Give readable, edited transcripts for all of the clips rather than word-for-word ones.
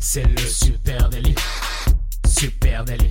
C'est le super délit. Super délit.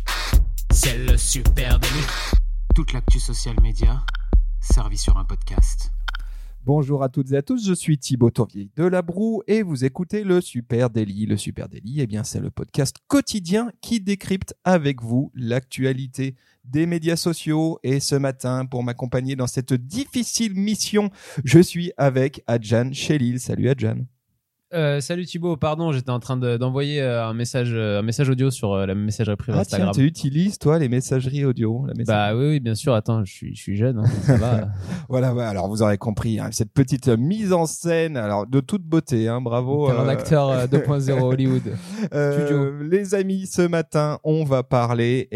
C'est le super délit. Toute l'actu social média servie sur un podcast. Bonjour à toutes et à tous, je suis Thibaut Tourvieille de La Broue et vous écoutez le Super Daily. Le Super Daily, eh bien, c'est le podcast quotidien qui décrypte avec vous l'actualité des médias sociaux. Et ce matin, pour m'accompagner dans cette difficile mission, je suis avec Adjan Chelil. Salut Adjan. Salut Thibaut, pardon, j'étais en train d'envoyer un message audio sur la messagerie privée Instagram. Tiens, tu utilises toi les messageries audio, Bah oui, bien sûr. Attends, je suis jeune, hein, ça va. Voilà, alors vous aurez compris cette petite mise en scène, alors de toute beauté, hein, bravo. T'es un acteur 2.0 Hollywood. Studio. Les amis, ce matin, on va parler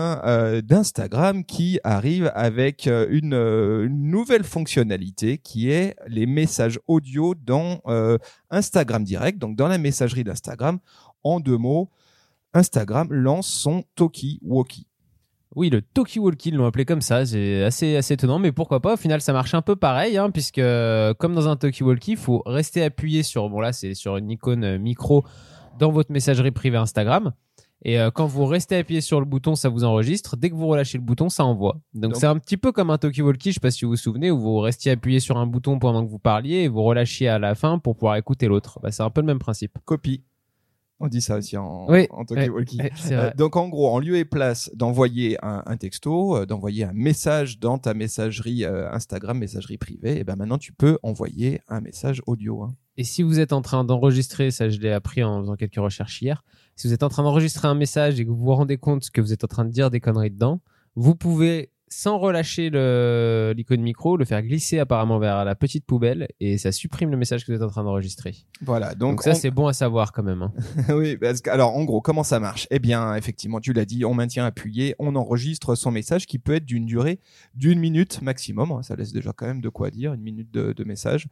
d'Instagram qui arrive avec une nouvelle fonctionnalité qui est les messages audio dans Instagram Direct, donc dans la messagerie d'Instagram. En deux mots, Instagram lance son Talkie-Walkie. Oui, le Talkie-Walkie, ils l'ont appelé comme ça, c'est assez étonnant, mais pourquoi pas, au final ça marche un peu pareil, hein, puisque comme dans un Talkie-Walkie, il faut rester appuyé sur, bon là c'est sur une icône micro dans votre messagerie privée Instagram, et quand vous restez appuyé sur le bouton, ça vous enregistre, dès que vous relâchez le bouton, ça envoie. Donc c'est un petit peu comme un Talkie-Walkie, je sais pas si vous vous souvenez, où vous restiez appuyé sur un bouton pendant que vous parliez, et vous relâchiez à la fin pour pouvoir écouter l'autre. Bah, c'est un peu le même principe. Copie. On dit ça aussi en Talkie-Walkie. Donc en gros, en lieu et place d'envoyer un texto, d'envoyer un message dans ta messagerie Instagram, messagerie privée, et ben maintenant tu peux envoyer un message audio. Hein. Et si vous êtes en train d'enregistrer, ça je l'ai appris en faisant quelques recherches hier, si vous êtes en train d'enregistrer un message et que vous vous rendez compte que vous êtes en train de dire des conneries dedans, vous pouvez, sans relâcher l'icône micro, le faire glisser apparemment vers la petite poubelle et ça supprime le message que vous êtes en train d'enregistrer. Voilà. Donc ça, c'est bon à savoir quand même. Hein. Oui, parce que, alors en gros, comment ça marche ? Eh bien, effectivement, tu l'as dit, on maintient appuyé, on enregistre son message qui peut être d'une durée d'1 minute maximum. Ça laisse déjà quand même de quoi dire, 1 minute de message.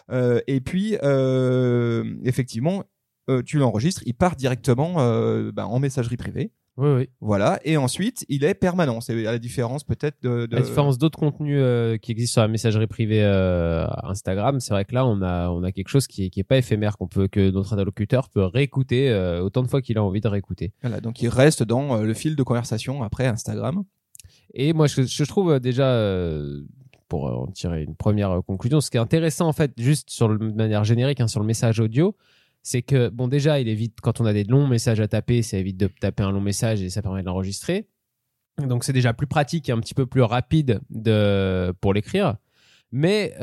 Et puis, effectivement, tu l'enregistres, il part directement en messagerie privée. Oui. Voilà, et ensuite il est permanent. C'est à la différence peut-être de... La différence d'autres contenus qui existent sur la messagerie privée Instagram, c'est vrai que là on a quelque chose qui est pas éphémère, que notre interlocuteur peut réécouter autant de fois qu'il a envie de réécouter. Voilà, donc il reste dans le fil de conversation après Instagram. Et moi je trouve déjà pour en tirer une première conclusion, ce qui est intéressant en fait, juste de manière générique, hein, sur le message audio, c'est que, bon, déjà, il évite, quand on a des longs messages à taper, ça évite de taper un long message et ça permet de l'enregistrer. Donc, c'est déjà plus pratique et un petit peu plus rapide pour l'écrire. Mais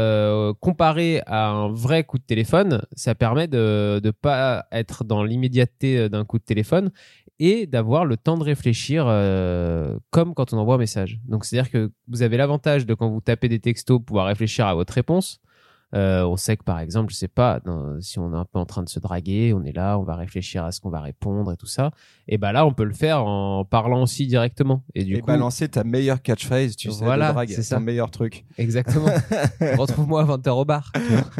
comparé à un vrai coup de téléphone, ça permet de pas être dans l'immédiateté d'un coup de téléphone et d'avoir le temps de réfléchir comme quand on envoie un message. Donc, c'est-à-dire que vous avez l'avantage de, quand vous tapez des textos, pouvoir réfléchir à votre réponse. On sait que par exemple, je sais pas, si on est un peu en train de se draguer, on est là, on va réfléchir à ce qu'on va répondre et tout ça. Et bah là, on peut le faire en parlant aussi directement. Et du coup, balancer ta meilleure catchphrase, tu sais, de drague, c'est ton meilleur truc. Exactement. Retrouve-moi à 20h au bar.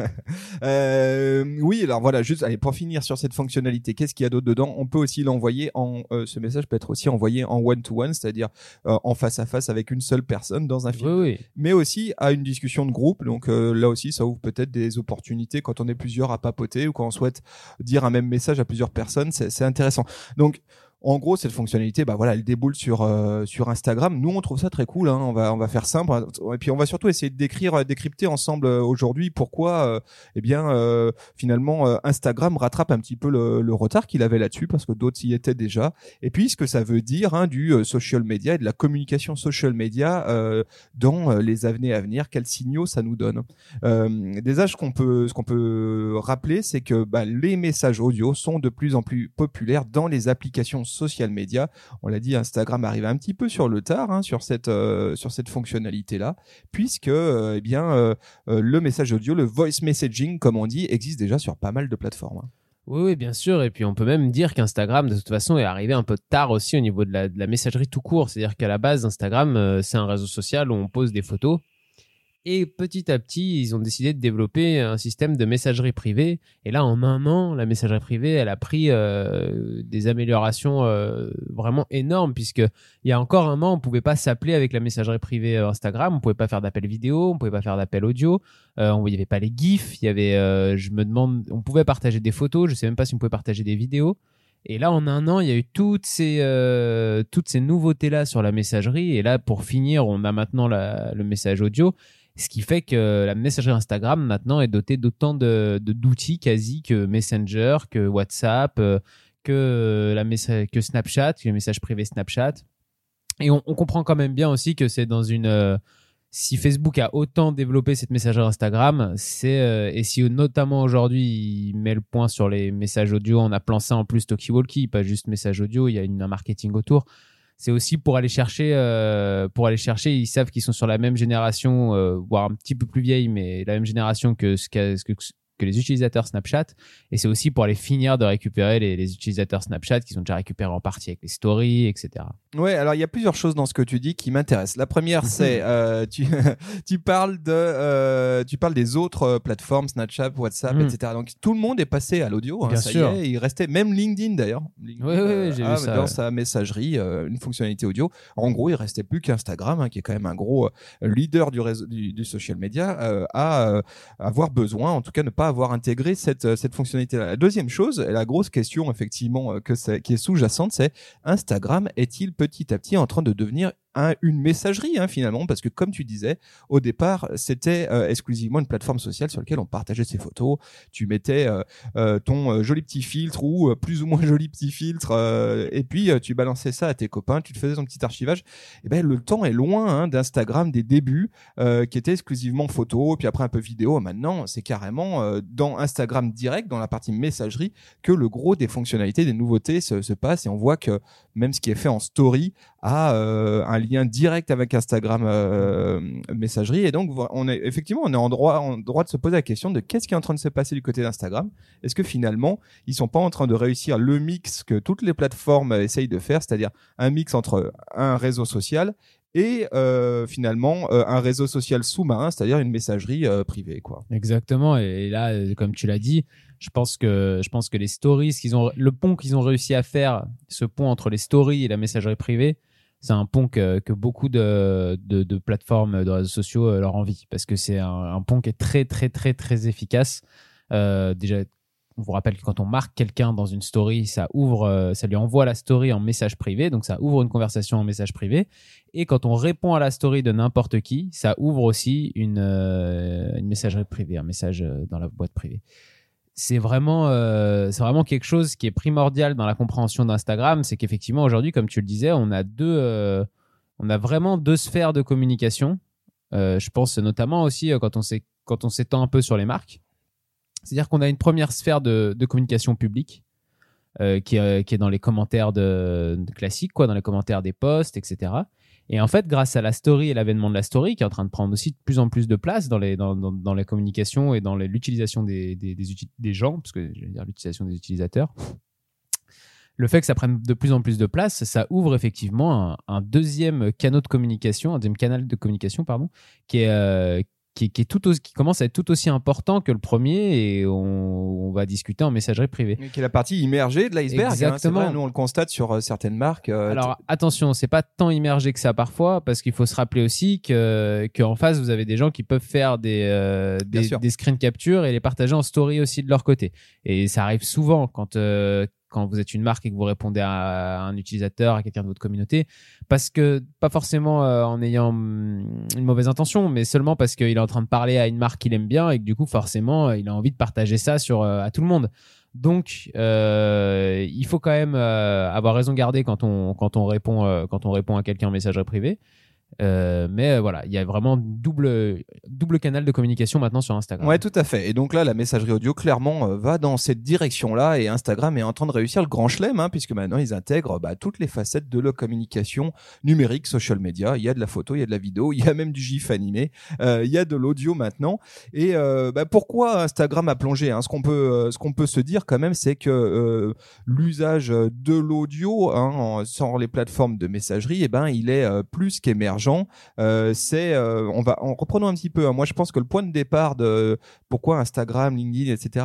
Oui, alors voilà, juste allez, pour finir sur cette fonctionnalité, qu'est-ce qu'il y a d'autre dedans ? On peut aussi l'envoyer ce message peut être aussi envoyé en one-to-one, c'est-à-dire en face à face avec une seule personne dans un film. Oui. Mais aussi à une discussion de groupe. Donc là aussi, ça ouvre peut-être des opportunités quand on est plusieurs à papoter ou quand on souhaite dire un même message à plusieurs personnes. C'est intéressant. Donc, en gros, cette fonctionnalité, elle déboule sur Instagram. Nous, on trouve ça très cool. Hein. On va faire simple. Et puis, on va surtout essayer de décrypter ensemble aujourd'hui pourquoi, finalement, Instagram rattrape un petit peu le retard qu'il avait là-dessus, parce que d'autres y étaient déjà. Et puis, ce que ça veut dire du social media et de la communication social media dans les années à venir. Quels signaux ça nous donne. Déjà, ce qu'on peut rappeler, c'est que les messages audio sont de plus en plus populaires dans les applications social media. On l'a dit, Instagram arrive un petit peu sur le tard sur cette fonctionnalité-là, puisque le message audio, le voice messaging, comme on dit, existe déjà sur pas mal de plateformes. Oui, bien sûr. Et puis, on peut même dire qu'Instagram, de toute façon, est arrivé un peu tard aussi au niveau de la messagerie tout court. C'est-à-dire qu'à la base, Instagram, c'est un réseau social où on pose des photos. Et petit à petit, ils ont décidé de développer un système de messagerie privée. Et là, en un an, la messagerie privée, elle a pris des améliorations vraiment énormes, puisque il y a encore un an, on pouvait pas s'appeler avec la messagerie privée Instagram, on pouvait pas faire d'appel vidéo, on pouvait pas faire d'appel audio, il y avait pas les gifs, il y avait, je me demande, on pouvait partager des photos, je sais même pas si on pouvait partager des vidéos. Et là, en un an, il y a eu toutes ces nouveautés-là sur la messagerie. Et là, pour finir, on a maintenant le message audio. Ce qui fait que la messagerie Instagram, maintenant, est dotée d'autant d'outils quasi que Messenger, que WhatsApp, que Snapchat, que le message privé Snapchat. Et on comprend quand même bien aussi que c'est dans une... si Facebook a autant développé cette messagerie Instagram, et si notamment aujourd'hui il met le point sur les messages audio en appelant ça en plus talkie-walkie, pas juste message audio, il y a un marketing autour. C'est aussi pour aller chercher, ils savent qu'ils sont sur la même génération, voire un petit peu plus vieille, mais la même génération que les utilisateurs Snapchat, et c'est aussi pour aller finir de récupérer les utilisateurs Snapchat qu'ils ont déjà récupérés en partie avec les stories, etc. Ouais, alors il y a plusieurs choses dans ce que tu dis qui m'intéressent. La première, c'est tu parles des autres plateformes, Snapchat, WhatsApp, etc. Donc tout le monde est passé à l'audio. Bien ça sûr. y est, il restait même LinkedIn d'ailleurs. Oui, j'ai vu ça. Dans sa messagerie, une fonctionnalité audio. En gros, il restait plus qu'Instagram, qui est quand même un gros leader du réseau du social media, à avoir besoin, en tout cas ne pas avoir intégré cette fonctionnalité-là. La deuxième chose, la grosse question effectivement qui est sous-jacente, c'est Instagram est-il petit à petit en train de devenir une messagerie finalement, parce que comme tu disais au départ, c'était exclusivement une plateforme sociale sur laquelle on partageait ses photos. Tu mettais ton joli petit filtre ou plus ou moins joli petit filtre et puis tu balançais ça à tes copains, tu te faisais ton petit archivage. Et ben le temps est loin d'Instagram des débuts qui était exclusivement photo, puis après un peu vidéo. Maintenant c'est carrément dans Instagram direct, dans la partie messagerie, que le gros des fonctionnalités, des nouveautés se passe, et on voit que même ce qui est fait en story a un lien direct avec Instagram messagerie. Et donc on est en droit de se poser la question de qu'est-ce qui est en train de se passer du côté d'Instagram. Est-ce que finalement ils sont pas en train de réussir le mix que toutes les plateformes essayent de faire, c'est-à-dire un mix entre un réseau social et finalement un réseau social sous-marin, c'est-à-dire une messagerie privée, quoi. Exactement. Et là, comme tu l'as dit, je pense que les stories, le pont qu'ils ont réussi à faire, ce pont entre les stories et la messagerie privée, c'est un pont que beaucoup de plateformes de réseaux sociaux leur envient, parce que c'est un pont qui est très très très très efficace. Déjà, on vous rappelle que quand on marque quelqu'un dans une story, ça lui envoie la story en message privé, donc ça ouvre une conversation en message privé. Et quand on répond à la story de n'importe qui, ça ouvre aussi une messagerie privée, un message dans la boîte privée. C'est vraiment quelque chose qui est primordial dans la compréhension d'Instagram. C'est qu'effectivement aujourd'hui, comme tu le disais, on a vraiment deux sphères de communication. Je pense notamment aussi quand on s'étend un peu sur les marques. C'est-à-dire qu'on a une première sphère de communication publique qui est dans les commentaires classiques, dans les commentaires des posts, etc. Et en fait, grâce à la story et l'avènement de la story, qui est en train de prendre aussi de plus en plus de place dans les communications et dans l'utilisation des gens, parce que je veux dire l'utilisation des utilisateurs, le fait que ça prenne de plus en plus de place, ça ouvre effectivement un deuxième canal de communication, qui commence à être tout aussi important que le premier, et on va discuter en messagerie privée. Qui est la partie immergée de l'iceberg. Exactement. C'est vrai, nous on le constate sur certaines marques. Alors attention, c'est pas tant immergé que ça parfois, parce qu'il faut se rappeler aussi qu'en face vous avez des gens qui peuvent faire des screen capture et les partager en story aussi de leur côté. Et ça arrive souvent quand vous êtes une marque et que vous répondez à un utilisateur, à quelqu'un de votre communauté, parce que, pas forcément en ayant une mauvaise intention, mais seulement parce qu'il est en train de parler à une marque qu'il aime bien et que du coup, forcément, il a envie de partager ça à tout le monde. Donc, il faut quand même avoir raison gardée quand on répond à quelqu'un en messagerie privée. Mais voilà, il y a vraiment double canal de communication maintenant sur Instagram. Ouais, tout à fait. Et donc là, la messagerie audio clairement va dans cette direction-là, et Instagram est en train de réussir le grand chelem, puisque maintenant ils intègrent toutes les facettes de la communication numérique, social media. Il y a de la photo, il y a de la vidéo, il y a même du GIF animé, il y a de l'audio maintenant. Et pourquoi Instagram a plongé, ce qu'on peut se dire quand même, c'est que l'usage de l'audio sur les plateformes de messagerie, il est plus qu'émergent. émergent. Reprenons un petit peu. Moi, je pense que le point de départ de pourquoi Instagram, LinkedIn, etc.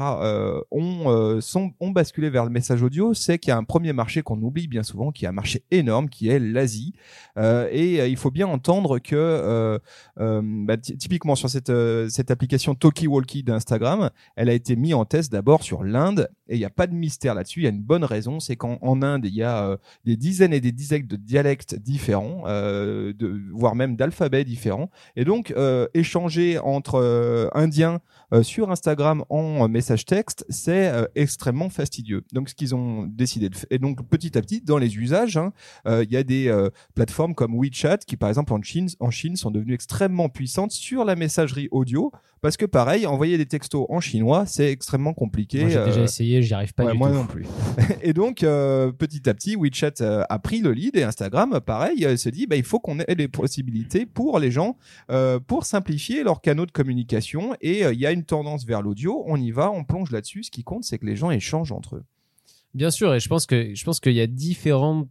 Ont basculé vers le message audio, c'est qu'il y a un premier marché qu'on oublie bien souvent, qui est un marché énorme, qui est l'Asie. Il faut bien entendre que typiquement sur cette application Talkie-Walkie d'Instagram, elle a été mise en test d'abord sur l'Inde, et il n'y a pas de mystère là-dessus. Il y a une bonne raison, c'est qu'en Inde, il y a des dizaines et des dizaines de dialectes différents, voire même d'alphabets différents, et donc échanger entre Indiens sur Instagram en message texte, c'est extrêmement fastidieux. Donc ce qu'ils ont décidé de faire, et donc petit à petit dans les usages, il y a des plateformes comme WeChat qui par exemple en Chine sont devenues extrêmement puissantes sur la messagerie audio, parce que pareil, envoyer des textos en chinois, c'est extrêmement compliqué. Moi, j'ai déjà essayé, j'y arrive pas du tout. Moi non plus. Et donc petit à petit, WeChat a pris le lead, et Instagram, pareil, se dit il faut qu'on ait des possibilités pour les gens pour simplifier leurs canaux de communication, et il y a une tendance vers l'audio. On y va, on plonge là-dessus. Ce qui compte, c'est que les gens échangent entre eux. Bien sûr, et je pense qu'il y a différents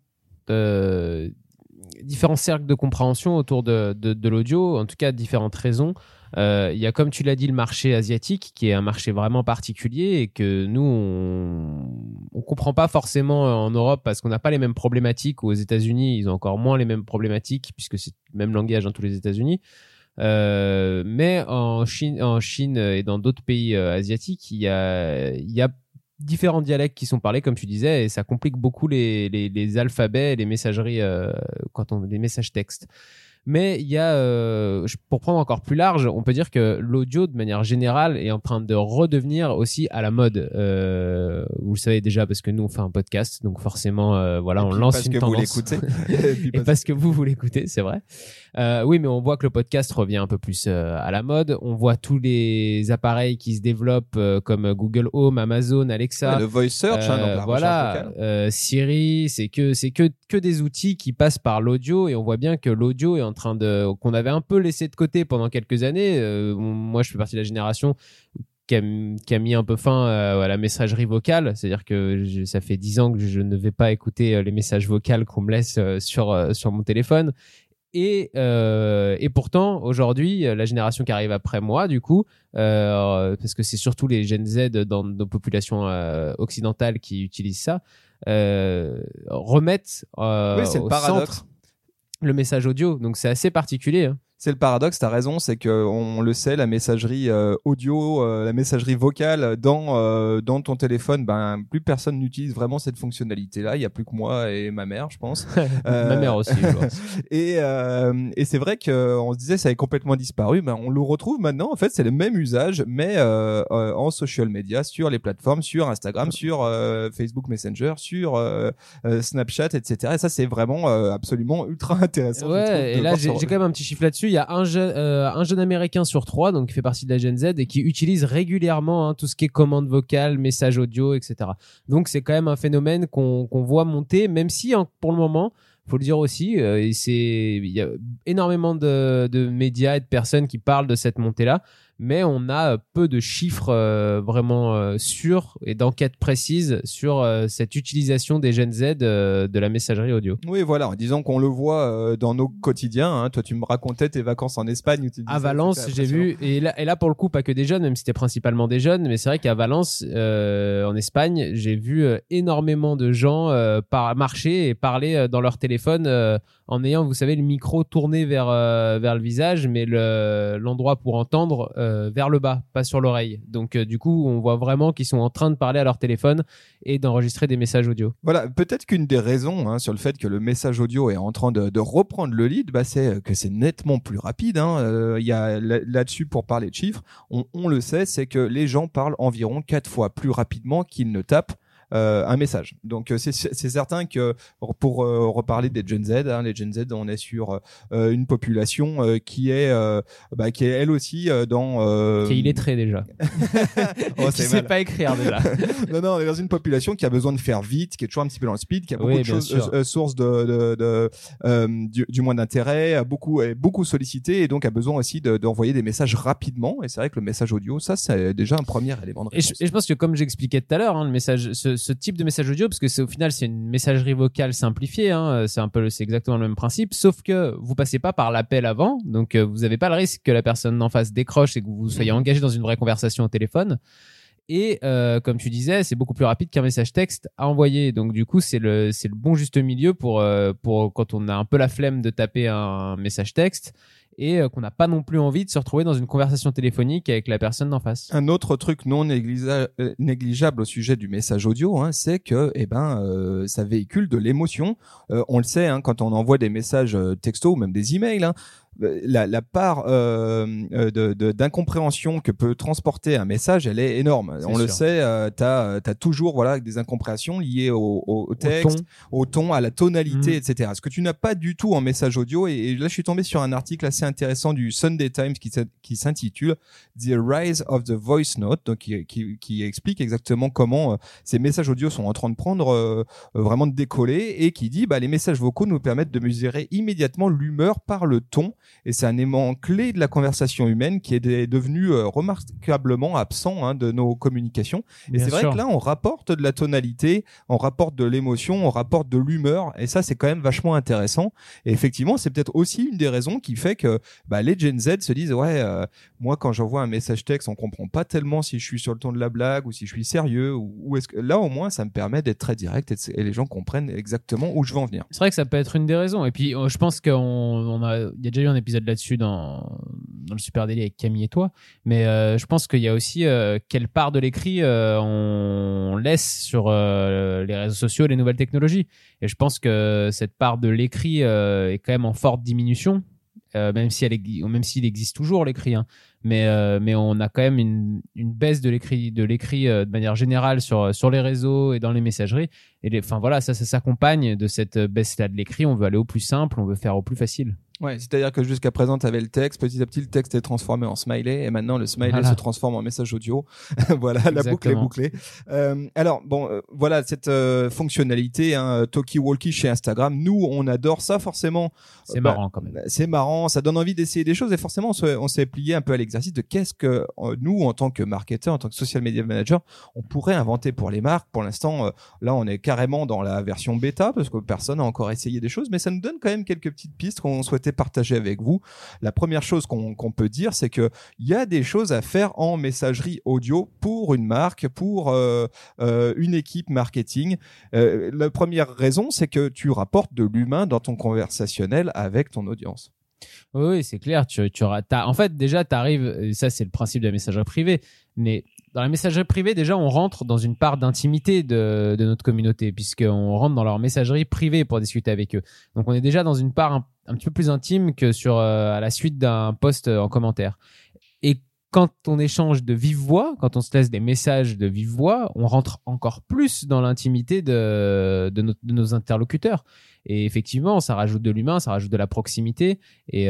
cercles de compréhension autour de l'audio, en tout cas différentes raisons. Il y a, comme tu l'as dit, le marché asiatique qui est un marché vraiment particulier et que nous on comprend pas forcément en Europe parce qu'on n'a pas les mêmes problématiques. Aux États-Unis, ils ont encore moins les mêmes problématiques puisque c'est le même langage dans tous les États-Unis. Mais en Chine et dans d'autres pays asiatiques, il y a différents dialectes qui sont parlés, comme tu disais, et ça complique beaucoup les alphabets et les messageries quand on a des messages textes. Mais il y a, pour prendre encore plus large, on peut dire que l'audio, de manière générale, est en train de redevenir aussi à la mode. Vous le savez déjà parce que nous on fait un podcast, donc forcément, on lance une tendance. Parce que vous l'écoutez. Et parce que vous l'écoutez, c'est vrai. Oui, mais on voit que le podcast revient un peu plus à la mode. On voit tous les appareils qui se développent comme Google Home, Amazon, Alexa. Le voice search, donc la recherche vocale. Siri, c'est que des outils qui passent par l'audio, et on voit bien que l'audio est en train qu'on avait un peu laissé de côté pendant quelques années. Moi, je fais partie de la génération qui a mis un peu fin à la messagerie vocale, c'est-à-dire que ça fait 10 ans que je ne vais pas écouter les messages vocaux qu'on me laisse sur mon téléphone. Et pourtant, aujourd'hui, la génération qui arrive après moi, du coup, parce que c'est surtout les Gen Z dans nos populations occidentales qui utilisent ça, remettent c'est le au paradoxe. centre le message audio. Donc c'est assez particulier. C'est le paradoxe, t'as raison, c'est que on le sait, la messagerie audio, la messagerie vocale dans ton téléphone, plus personne n'utilise vraiment cette fonctionnalité-là. Il y a plus que moi et ma mère, je pense. Ma mère aussi. Je pense. Et c'est vrai que on se disait ça avait complètement disparu. On le retrouve maintenant. En fait, c'est le même usage, mais en social media, sur les plateformes, sur Instagram, sur Facebook Messenger, sur Snapchat, etc. Et ça, c'est vraiment absolument ultra intéressant. Ouais. Et là, j'ai quand même un petit chiffre là-dessus. Il y a un jeune américain sur 3, donc qui fait partie de la Gen Z et qui utilise régulièrement tout ce qui est commande vocale, message audio, etc. Donc c'est quand même un phénomène qu'on voit monter, même si pour le moment, faut le dire aussi, il y a énormément de médias et de personnes qui parlent de cette montée-là, mais on a peu de chiffres vraiment sûrs et d'enquêtes précises sur cette utilisation des Gen Z de la messagerie audio. Oui, voilà, disons qu'on le voit dans nos quotidiens. Toi, tu me racontais tes vacances en Espagne. Où tu à Valence, j'ai vu, et là pour le coup, pas que des jeunes, même si c'était principalement des jeunes, mais c'est vrai qu'à Valence, en Espagne, j'ai vu énormément de gens marcher et parler dans leur téléphone en ayant, vous savez, le micro tourné vers le visage, mais l'endroit pour entendre vers le bas, pas sur l'oreille. Donc du coup, on voit vraiment qu'ils sont en train de parler à leur téléphone et d'enregistrer des messages audio. Voilà, peut-être qu'une des raisons sur le fait que le message audio est en train de reprendre le lead, c'est que c'est nettement plus rapide. Il y a là-dessus, pour parler de chiffres, on le sait, c'est que les gens parlent environ 4 fois plus rapidement qu'ils ne tapent un message. Donc c'est certain que pour reparler des Gen Z, les Gen Z, on est sur une population qui est elle aussi dans qui est illettrée déjà. Qui sait pas écrire déjà. non, on est dans une population qui a besoin de faire vite, qui est toujours un petit peu dans le speed, qui a beaucoup de choses sources du moins d'intérêt, beaucoup sollicité, et donc a besoin aussi d'envoyer des messages rapidement. Et c'est vrai que le message audio, ça c'est déjà un premier élément de réponse. Et je pense que comme j'expliquais tout à l'heure, le message, ce type de message audio, parce que c'est au final c'est une messagerie vocale simplifiée, hein, c'est exactement le même principe, sauf que vous passez pas par l'appel avant, donc vous avez pas le risque que la personne en face décroche et que vous soyez engagé dans une vraie conversation au téléphone. Et comme tu disais, c'est beaucoup plus rapide qu'un message texte à envoyer. Donc du coup, c'est le bon juste milieu pour quand on a un peu la flemme de taper un message texte et qu'on n'a pas non plus envie de se retrouver dans une conversation téléphonique avec la personne d'en face. Un autre truc non négligeable au sujet du message audio, hein, c'est que ça véhicule de l'émotion. On le sait, hein, quand on envoie des messages texto ou même des emails, hein, la part d'incompréhension que peut transporter un message, elle est énorme. On le sait, t'as toujours des incompréhensions liées au texte, au ton, à la tonalité, etc. Ce que tu n'as pas du tout en message audio. Et là, je suis tombé sur un article assez intéressant du Sunday Times qui s'intitule The Rise of the Voice Note, donc qui explique exactement comment ces messages audio sont en train de prendre vraiment de décoller, et qui dit les messages vocaux nous permettent de mesurer immédiatement l'humeur par le ton. Et c'est un élément clé de la conversation humaine qui est devenu remarquablement absent de nos communications. Et c'est vrai que là, on rapporte de la tonalité, on rapporte de l'émotion, on rapporte de l'humeur. Et ça, c'est quand même vachement intéressant. Et effectivement, c'est peut-être aussi une des raisons qui fait que les Gen Z se disent moi, quand j'envoie un message texte, on comprend pas tellement si je suis sur le ton de la blague ou si je suis sérieux. Ou est-ce que là, au moins, ça me permet d'être très direct et les gens comprennent exactement où je veux en venir. C'est vrai que ça peut être une des raisons. Et puis, je pense qu'il y a déjà eu un épisode là-dessus dans le Super Daily avec Camille et toi, mais je pense qu'il y a aussi quelle part de l'écrit on laisse sur les réseaux sociaux, les nouvelles technologies. Et je pense que cette part de l'écrit est quand même en forte diminution, même s'il existe toujours l'écrit, hein. Mais on a quand même une baisse de l'écrit de manière générale sur les réseaux et dans les messageries. Et ça s'accompagne de cette baisse-là de l'écrit. On veut aller au plus simple, on veut faire au plus facile. Ouais, c'est-à-dire que jusqu'à présent, tu avais le texte, petit à petit, le texte est transformé en smiley, et maintenant, le smiley se transforme en message audio. Voilà, la boucle est bouclée. Cette fonctionnalité, talkie-walkie chez Instagram, nous, on adore ça, forcément. C'est marrant, quand même. C'est marrant, ça donne envie d'essayer des choses, et forcément, on s'est plié un peu à l'exercice de qu'est-ce que nous, en tant que marketeurs, en tant que social media manager, on pourrait inventer pour les marques. Pour l'instant, là, on est carrément dans la version bêta, parce que personne n'a encore essayé des choses, mais ça nous donne quand même quelques petites pistes qu'on souhaitait partager avec vous. La première chose qu'on peut dire, c'est que il y a des choses à faire en messagerie audio pour une marque, pour une équipe marketing. La première raison, c'est que tu rapportes de l'humain dans ton conversationnel avec ton audience. Oui, c'est clair. En fait, déjà, t'arrives. Ça, c'est le principe de la messagerie privée. Mais dans la messagerie privée, déjà, on rentre dans une part d'intimité de notre communauté, puisqu'on rentre dans leur messagerie privée pour discuter avec eux. Donc, on est déjà dans une part un petit peu plus intime que à la suite d'un post en commentaire. Et quand on échange de vive voix, quand on se laisse des messages de vive voix, on rentre encore plus dans l'intimité de nos interlocuteurs. Et effectivement, ça rajoute de l'humain, ça rajoute de la proximité, et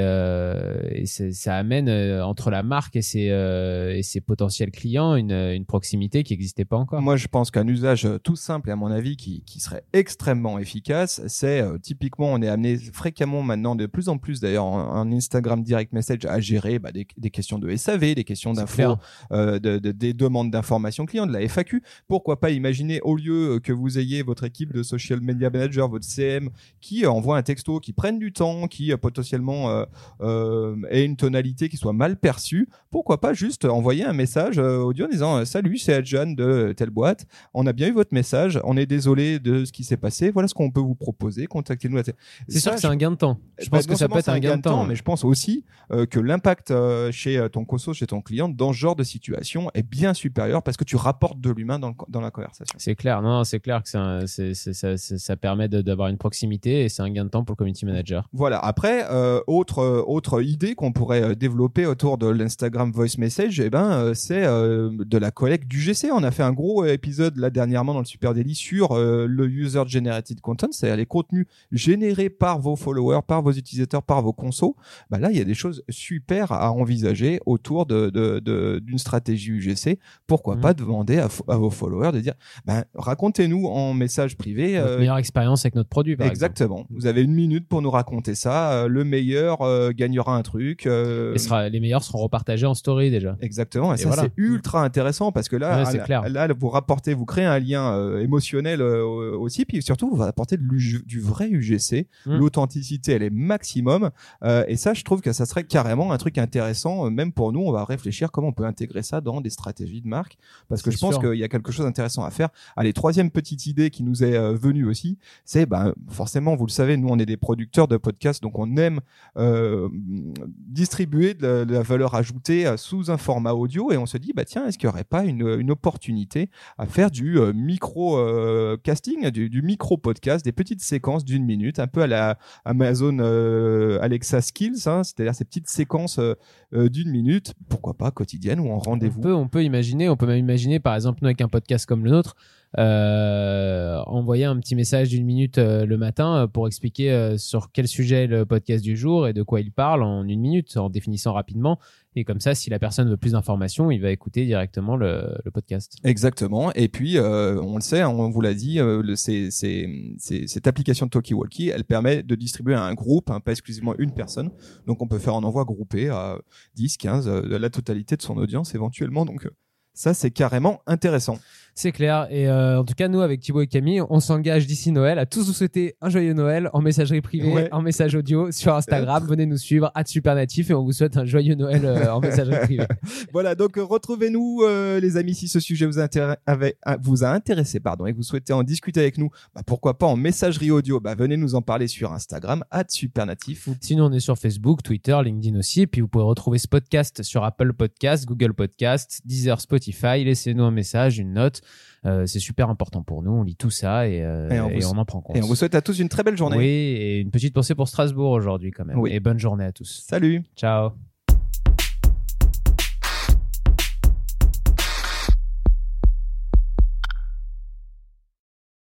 ça amène entre la marque et ses potentiels clients une proximité qui n'existait pas encore. Moi, je pense qu'un usage tout simple, et à mon avis, qui serait extrêmement efficace, c'est typiquement, on est amené fréquemment maintenant, de plus en plus d'ailleurs, en Instagram Direct Message, à gérer des questions de SAV, des questions d'infos, des demandes d'informations clients, de la FAQ. Pourquoi pas imaginer, au lieu que vous ayez votre équipe de social media manager, votre CM, qui envoie un texto, qui prenne du temps, qui potentiellement ait une tonalité qui soit mal perçue, pourquoi pas juste envoyer un message audio en disant salut, c'est Adjan de telle boîte, on a bien eu votre message, on est désolé de ce qui s'est passé, voilà ce qu'on peut vous proposer, contactez-nous. C'est sûr que c'est un gain de temps. Je pense que ça peut être un gain de temps, mais je pense aussi que l'impact chez ton conso, chez ton client, dans ce genre de situation est bien supérieur parce que tu rapportes de l'humain dans la conversation. C'est clair, c'est clair que ça permet d'avoir une proximité, et c'est un gain de temps pour le community manager. Voilà. Après, autre idée qu'on pourrait développer autour de l'Instagram Voice Message, c'est de la collecte d'UGC. On a fait un gros épisode là dernièrement dans le Super Daily sur le User Generated Content, c'est-à-dire les contenus générés par vos followers, par vos utilisateurs, par vos consos. Là, il y a des choses super à envisager autour d'une stratégie UGC, pourquoi pas demander à vos followers de dire racontez-nous en message privé notre meilleure expérience avec notre produit, par exactement. exemple. Vous avez 1 minute pour nous raconter ça. Le meilleur gagnera un truc. Les meilleurs seront repartagés en story déjà. Exactement. Et ça, voilà. c'est ultra intéressant parce que là, c'est clair. Là, vous créez un lien émotionnel aussi, puis surtout, vous apportez du vrai UGC. L'authenticité, elle est maximum. Et ça, je trouve que ça serait carrément un truc intéressant, même pour nous. On va réfléchir comment on peut intégrer ça dans des stratégies de marque, parce que je pense qu'il y a quelque chose d'intéressant à faire. Allez, troisième petite idée qui nous est venue aussi, c'est forcément, vous le savez, nous on est des producteurs de podcasts, donc on aime distribuer de la valeur ajoutée sous un format audio, et on se dit tiens, est-ce qu'il n'y aurait pas une opportunité à faire du micro casting, du micro podcast, des petites séquences d'1 minute, un peu à la Amazon Alexa Skills, c'est-à-dire ces petites séquences d'1 minute, pourquoi pas quotidiennes ou en rendez-vous. On peut même imaginer, par exemple, nous avec un podcast comme le nôtre, envoyer un petit message d'1 minute le matin pour expliquer sur quel sujet est le podcast du jour et de quoi il parle en 1 minute, en définissant rapidement. Et comme ça, si la personne veut plus d'informations, il va écouter directement le podcast. Exactement. Et puis, on le sait, on vous l'a dit, cette application de Talkie-Walkie, elle permet de distribuer à un groupe, pas exclusivement une personne. Donc, on peut faire un envoi groupé à 10, 15, la totalité de son audience éventuellement. Donc, ça, c'est carrément intéressant. C'est clair. Et en tout cas, nous, avec Thibaut et Camille, on s'engage d'ici Noël à tous vous souhaiter un joyeux Noël en messagerie privée, en message audio sur Instagram. Venez nous suivre @supernatif et on vous souhaite un joyeux Noël en messagerie privée. Voilà, donc retrouvez-nous les amis si ce sujet vous a intéressé et que vous souhaitez en discuter avec nous, pourquoi pas en messagerie audio, venez nous en parler sur Instagram @supernatif. Sinon, on est sur Facebook, Twitter, LinkedIn aussi. Et puis, vous pouvez retrouver ce podcast sur Apple Podcasts, Google Podcasts, Deezer, Spotify. Laissez-nous un message, une note. C'est super important pour nous, on lit tout ça et on en prend compte. Et on vous souhaite à tous une très belle journée. Oui, et une petite pensée pour Strasbourg aujourd'hui quand même. Oui. Et bonne journée à tous. Salut. Ciao.